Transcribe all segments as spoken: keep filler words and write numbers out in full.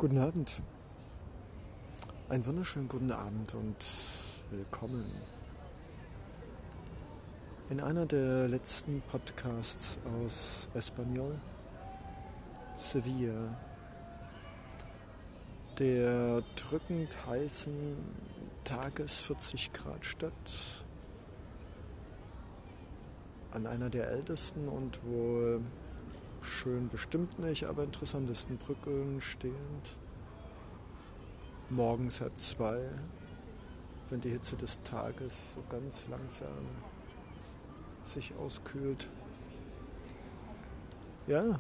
Guten Abend, einen wunderschönen guten Abend und willkommen in einer der letzten Podcasts aus Espanyol, Sevilla, der drückend heißen Tages vierzig Grad Stadt, an einer der ältesten und wohl schön bestimmt nicht, aber interessantesten Brücken stehend. Morgens halb zwei, wenn die Hitze des Tages so ganz langsam sich auskühlt. Ja,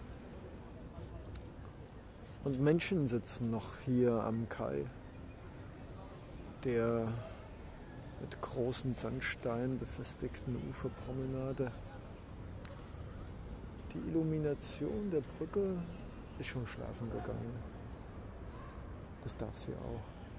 und Menschen sitzen noch hier am Kai, der mit großen Sandsteinen befestigten Uferpromenade. Die Illumination der Brücke ist schon schlafen gegangen. Das darf sie auch.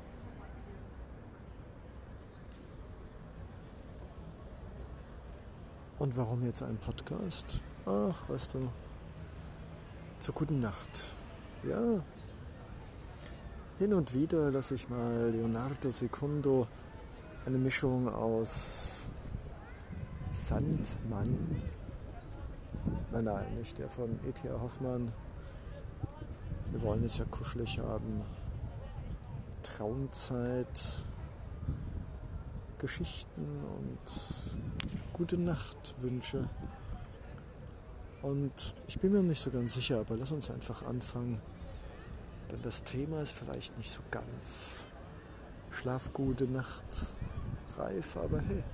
Und warum jetzt ein Podcast? Ach, weißt du, zur guten Nacht. Ja, hin und wieder lasse ich mal Leonardo Secundo, eine Mischung aus Sandmann, nein, nein, nicht der von E T A Hoffmann, wir wollen es ja kuschelig haben, Traumzeit, Geschichten und gute Nachtwünsche. Und ich bin mir nicht so ganz sicher, aber lass uns einfach anfangen, denn das Thema ist vielleicht nicht so ganz Schlaf gute Nacht reif, aber hey,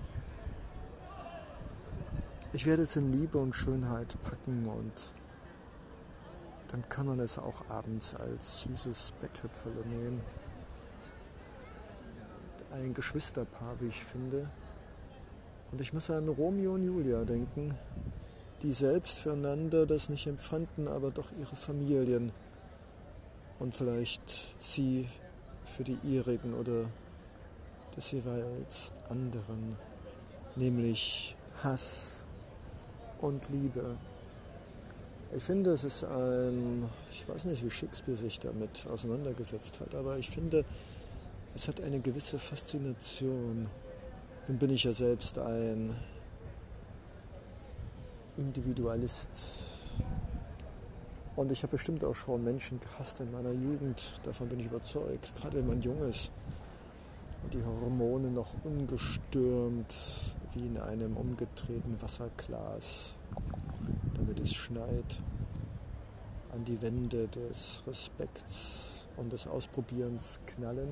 ich werde es in Liebe und Schönheit packen und dann kann man es auch abends als süßes Betthüpferle nehmen. Ein Geschwisterpaar, wie ich finde. Und ich muss an Romeo und Julia denken, die selbst füreinander das nicht empfanden, aber doch ihre Familien. Und vielleicht sie für die ihrigen oder des jeweils anderen. Nämlich Hass und Liebe. Ich finde, es ist ein, ich weiß nicht, wie Shakespeare sich damit auseinandergesetzt hat, aber ich finde, es hat eine gewisse Faszination. Nun bin ich ja selbst ein Individualist. Und ich habe bestimmt auch schon Menschen gehasst in meiner Jugend. Davon bin ich überzeugt. Gerade wenn man jung ist und die Hormone noch ungestürmt wie in einem umgedrehten Wasserglas, damit es schneit, an die Wände des Respekts und des Ausprobierens knallen,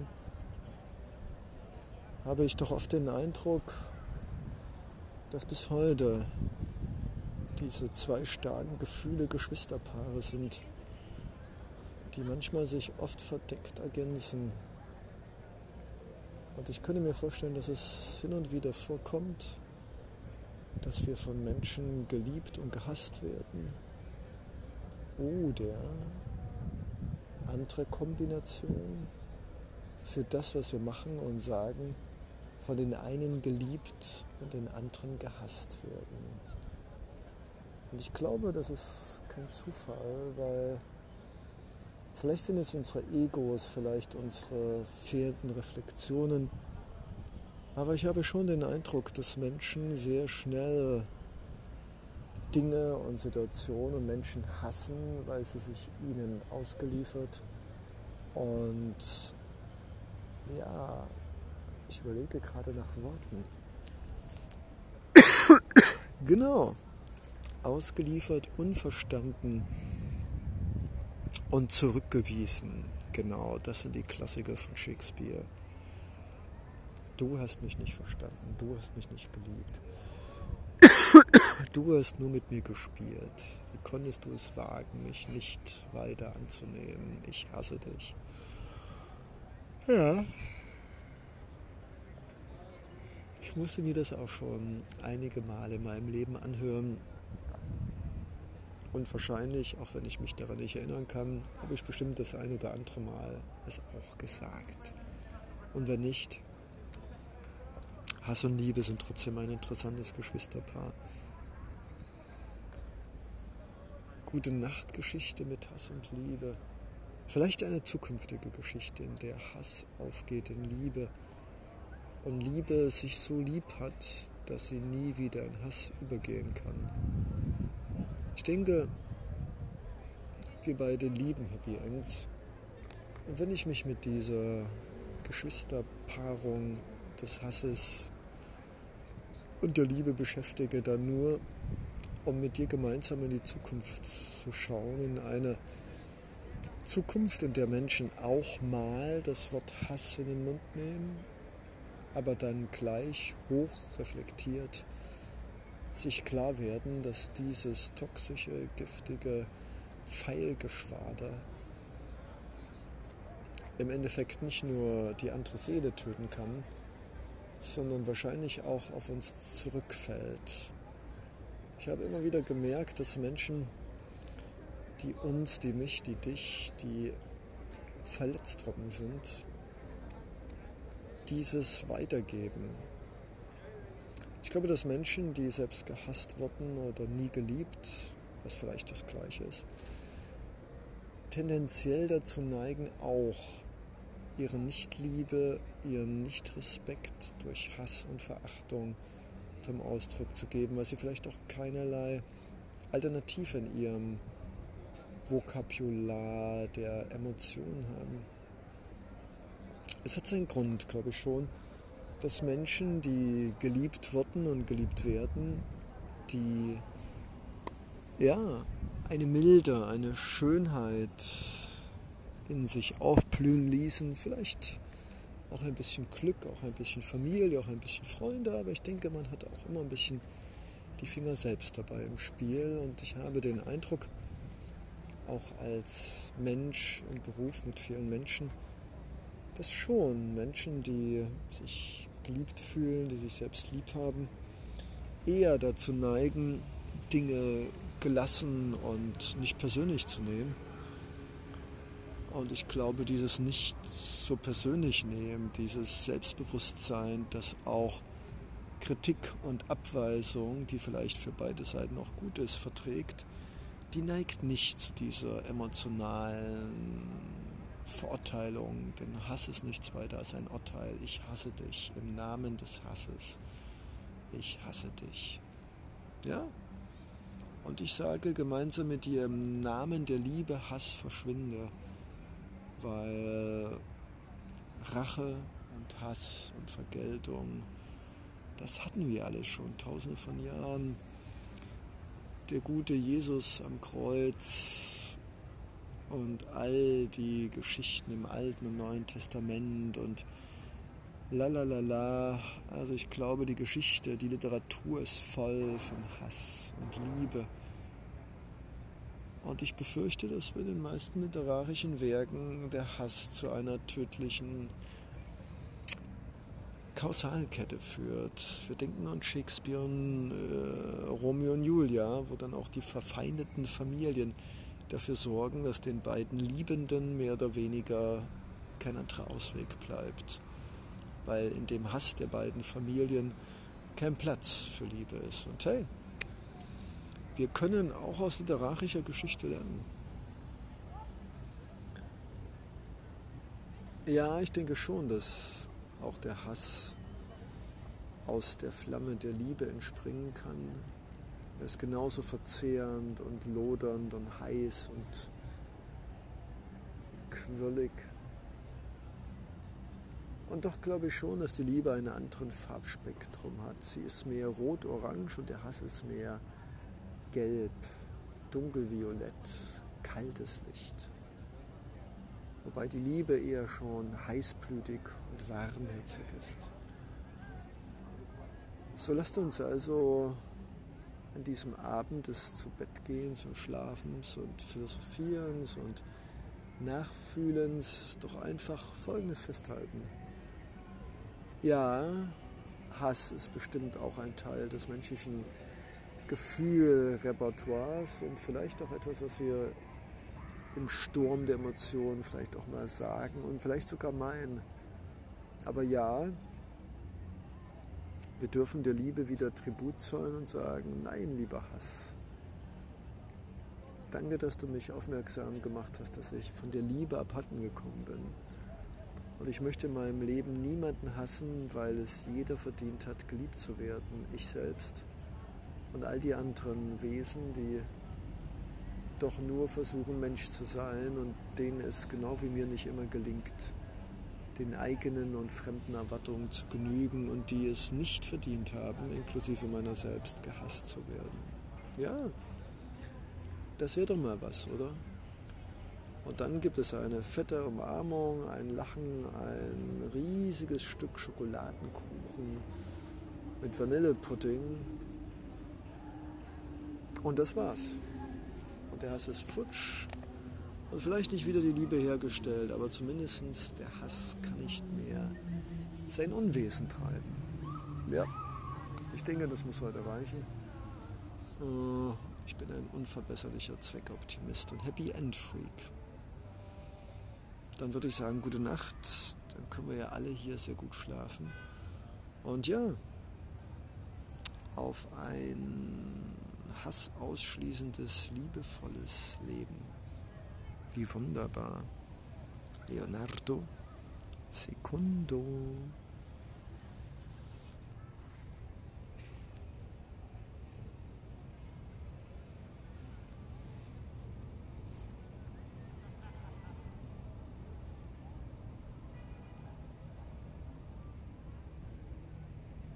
habe ich doch oft den Eindruck, dass bis heute diese zwei starken Gefühle Geschwisterpaare sind, die manchmal sich oft verdeckt ergänzen. Und ich könnte mir vorstellen, dass es hin und wieder vorkommt, dass wir von Menschen geliebt und gehasst werden. Oder andere Kombination für das, was wir machen und sagen, von den einen geliebt und den anderen gehasst werden. Und ich glaube, das ist kein Zufall, weil vielleicht sind es unsere Egos, vielleicht unsere fehlenden Reflexionen, aber ich habe schon den Eindruck, dass Menschen sehr schnell Dinge und Situationen und Menschen hassen, weil sie sich ihnen ausgeliefert und ja, ich überlege gerade nach Worten. Genau. Ausgeliefert, unverstanden und zurückgewiesen. Genau, das sind die Klassiker von Shakespeare. Du hast mich nicht verstanden, du hast mich nicht geliebt. Du hast nur mit mir gespielt. Wie konntest du es wagen, mich nicht weiter anzunehmen? Ich hasse dich. Ja. Ich musste mir das auch schon einige Male in meinem Leben anhören. Und wahrscheinlich, auch wenn ich mich daran nicht erinnern kann, habe ich bestimmt das ein oder andere Mal es auch gesagt. Und wenn nicht, Hass und Liebe sind trotzdem ein interessantes Geschwisterpaar. Gute Nachtgeschichte mit Hass und Liebe. Vielleicht eine zukünftige Geschichte, in der Hass aufgeht in Liebe und Liebe sich so lieb hat, dass sie nie wieder in Hass übergehen kann. Ich denke, wir beide lieben Happy Ends. Und wenn ich mich mit dieser Geschwisterpaarung des Hasses und der Liebe beschäftige, dann nur, um mit dir gemeinsam in die Zukunft zu schauen, in eine Zukunft, in der Menschen auch mal das Wort Hass in den Mund nehmen, aber dann gleich hoch reflektiert sich klar werden, dass dieses toxische, giftige Pfeilgeschwader im Endeffekt nicht nur die andere Seele töten kann, sondern wahrscheinlich auch auf uns zurückfällt. Ich habe immer wieder gemerkt, dass Menschen, die uns, die mich, die dich, die verletzt worden sind, dieses weitergeben. Ich glaube, dass Menschen, die selbst gehasst wurden oder nie geliebt, was vielleicht das Gleiche ist, tendenziell dazu neigen, auch ihre Nichtliebe, ihren Nichtrespekt durch Hass und Verachtung zum Ausdruck zu geben, weil sie vielleicht auch keinerlei Alternative in ihrem Vokabular der Emotionen haben. Es hat seinen Grund, glaube ich schon, dass Menschen, die geliebt wurden und geliebt werden, die ja eine Milde, eine Schönheit in sich aufblühen ließen, vielleicht auch ein bisschen Glück, auch ein bisschen Familie, auch ein bisschen Freunde, aber ich denke, man hat auch immer ein bisschen die Finger selbst dabei im Spiel und ich habe den Eindruck, auch als Mensch im Beruf mit vielen Menschen, dass schon Menschen, die sich geliebt fühlen, die sich selbst lieb haben, eher dazu neigen, Dinge gelassen und nicht persönlich zu nehmen. Und ich glaube, dieses nicht so persönlich nehmen, dieses Selbstbewusstsein, das auch Kritik und Abweisung, die vielleicht für beide Seiten auch gut ist, verträgt, die neigt nicht zu dieser emotionalen Verurteilung, denn Hass ist nichts weiter als ein Urteil. Ich hasse dich im Namen des Hasses. Ich hasse dich. Ja? Und ich sage gemeinsam mit dir im Namen der Liebe, Hass verschwinde, weil Rache und Hass und Vergeltung, das hatten wir alle schon tausende von Jahren. Der gute Jesus am Kreuz und all die Geschichten im Alten und Neuen Testament und lalalala. Also ich glaube, die Geschichte, die Literatur ist voll von Hass und Liebe. Und ich befürchte, dass bei den meisten literarischen Werken der Hass zu einer tödlichen Kausalkette führt. Wir denken an Shakespeare und äh, Romeo und Julia, wo dann auch die verfeindeten Familien dafür sorgen, dass den beiden Liebenden mehr oder weniger kein anderer Ausweg bleibt. Weil in dem Hass der beiden Familien kein Platz für Liebe ist. Und hey, wir können auch aus literarischer Geschichte lernen. Ja, ich denke schon, dass auch der Hass aus der Flamme der Liebe entspringen kann. Er ist genauso verzehrend und lodernd und heiß und quirlig. Und doch glaube ich schon, dass die Liebe einen anderen Farbspektrum hat. Sie ist mehr rot-orange und der Hass ist mehr gelb, dunkelviolett, kaltes Licht. Wobei die Liebe eher schon heißblütig und warmherzig ist. So lasst uns also an diesem Abend des Zu-Bett-Gehens und Schlafens und Philosophierens und Nachfühlens doch einfach Folgendes festhalten. Ja, Hass ist bestimmt auch ein Teil des menschlichen Gefühlrepertoires und vielleicht auch etwas, was wir im Sturm der Emotionen vielleicht auch mal sagen und vielleicht sogar meinen. Aber ja, wir dürfen der Liebe wieder Tribut zollen und sagen, nein, lieber Hass, Danke, dass du mich aufmerksam gemacht hast, dass ich von der Liebe abhanden gekommen bin. Und ich möchte in meinem Leben niemanden hassen, weil es jeder verdient hat, geliebt zu werden. Ich selbst und all die anderen Wesen, die doch nur versuchen, Mensch zu sein und denen es genau wie mir nicht immer gelingt, den eigenen und fremden Erwartungen zu genügen und die es nicht verdient haben, inklusive meiner selbst, gehasst zu werden. Ja, das wäre doch mal was, oder? Und dann gibt es eine fette Umarmung, ein Lachen, ein riesiges Stück Schokoladenkuchen mit Vanillepudding. Und das war's. Und der Hass ist futsch. Und vielleicht nicht wieder die Liebe hergestellt, aber zumindest der Hass kann nicht mehr sein Unwesen treiben. Ja, ich denke, das muss heute reichen. Ich bin ein unverbesserlicher Zweckoptimist und Happy End Freak. Dann würde ich sagen, gute Nacht. Dann können wir ja alle hier sehr gut schlafen. Und ja, auf ein hassausschließendes, liebevolles Leben. Wie wunderbar. Leonardo Secundo.